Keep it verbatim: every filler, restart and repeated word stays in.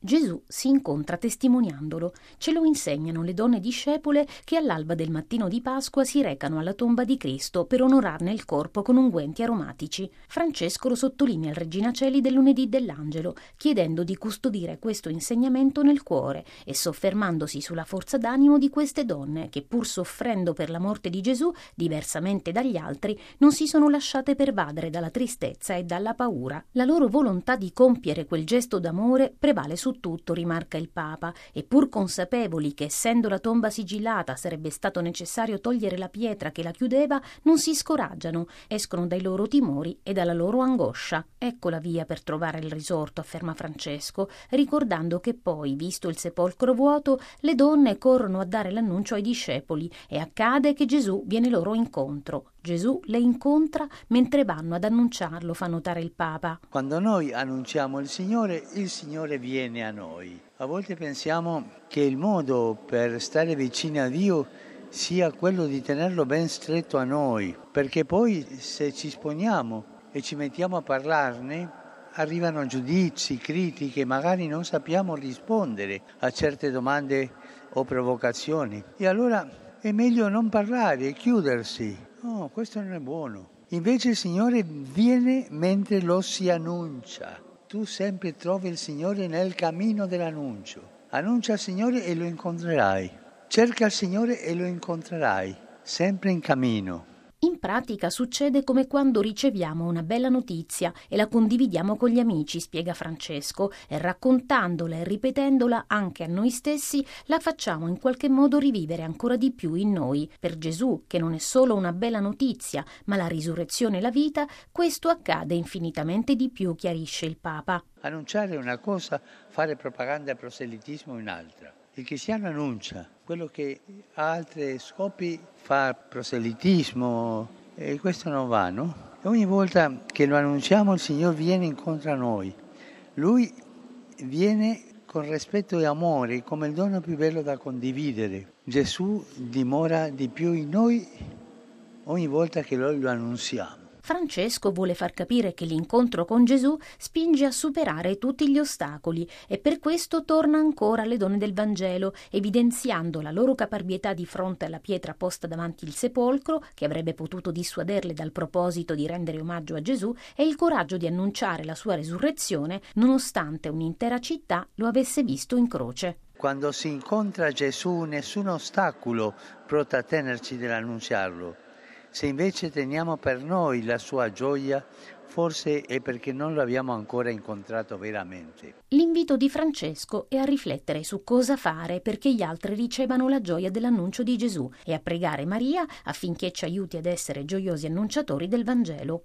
Gesù si incontra testimoniandolo. Ce lo insegnano le donne discepole che all'alba del mattino di Pasqua si recano alla tomba di Cristo per onorarne il corpo con unguenti aromatici. Francesco lo sottolinea al Regina Coeli del lunedì dell'Angelo, chiedendo di custodire questo insegnamento nel cuore e soffermandosi sulla forza d'animo di queste donne che, pur soffrendo per la morte di Gesù, diversamente dagli altri, non si sono lasciate pervadere dalla tristezza e dalla paura. La loro volontà di compiere quel gesto d'amore prevale su tutto, rimarca il Papa, e pur consapevoli che essendo la tomba sigillata sarebbe stato necessario togliere la pietra che la chiudeva, non si scoraggiano, escono dai loro timori e dalla loro angoscia. Ecco la via per trovare il risorto, afferma Francesco, ricordando che poi, visto il sepolcro vuoto, le donne corrono a dare l'annuncio ai discepoli e accade che Gesù viene loro incontro. Gesù le incontra mentre vanno ad annunciarlo, fa notare il Papa. Quando noi annunciamo il Signore, il Signore viene a noi. A volte pensiamo che il modo per stare vicini a Dio sia quello di tenerlo ben stretto a noi, perché poi se ci esponiamo e ci mettiamo a parlarne, arrivano giudizi, critiche, magari non sappiamo rispondere a certe domande o provocazioni. E allora è meglio non parlare e chiudersi. No, questo non è buono. Invece il Signore viene mentre lo si annuncia. Tu sempre trovi il Signore nel cammino dell'annuncio. Annuncia al Signore e lo incontrerai. Cerca il Signore e lo incontrerai, sempre in cammino. In pratica succede come quando riceviamo una bella notizia e la condividiamo con gli amici, spiega Francesco, e raccontandola e ripetendola anche a noi stessi la facciamo in qualche modo rivivere ancora di più in noi. Per Gesù, che non è solo una bella notizia, ma la risurrezione e la vita, questo accade infinitamente di più, chiarisce il Papa. Annunciare è una cosa, fare propaganda e proselitismo è un'altra. Il cristiano annuncia, quello che ha altri scopi fa proselitismo e questo non va, no? E ogni volta che lo annunciamo il Signore viene incontro a noi. Lui viene con rispetto e amore come il dono più bello da condividere. Gesù dimora di più in noi ogni volta che noi lo annunziamo. Francesco vuole far capire che l'incontro con Gesù spinge a superare tutti gli ostacoli e per questo torna ancora alle donne del Vangelo, evidenziando la loro caparbietà di fronte alla pietra posta davanti il sepolcro, che avrebbe potuto dissuaderle dal proposito di rendere omaggio a Gesù, e il coraggio di annunciare la sua resurrezione, nonostante un'intera città lo avesse visto in croce. Quando si incontra Gesù, nessun ostacolo può trattenerci dall'annunciarlo. Se invece teniamo per noi la sua gioia, forse è perché non lo abbiamo ancora incontrato veramente. L'invito di Francesco è a riflettere su cosa fare perché gli altri ricevano la gioia dell'annuncio di Gesù e a pregare Maria affinché ci aiuti ad essere gioiosi annunciatori del Vangelo.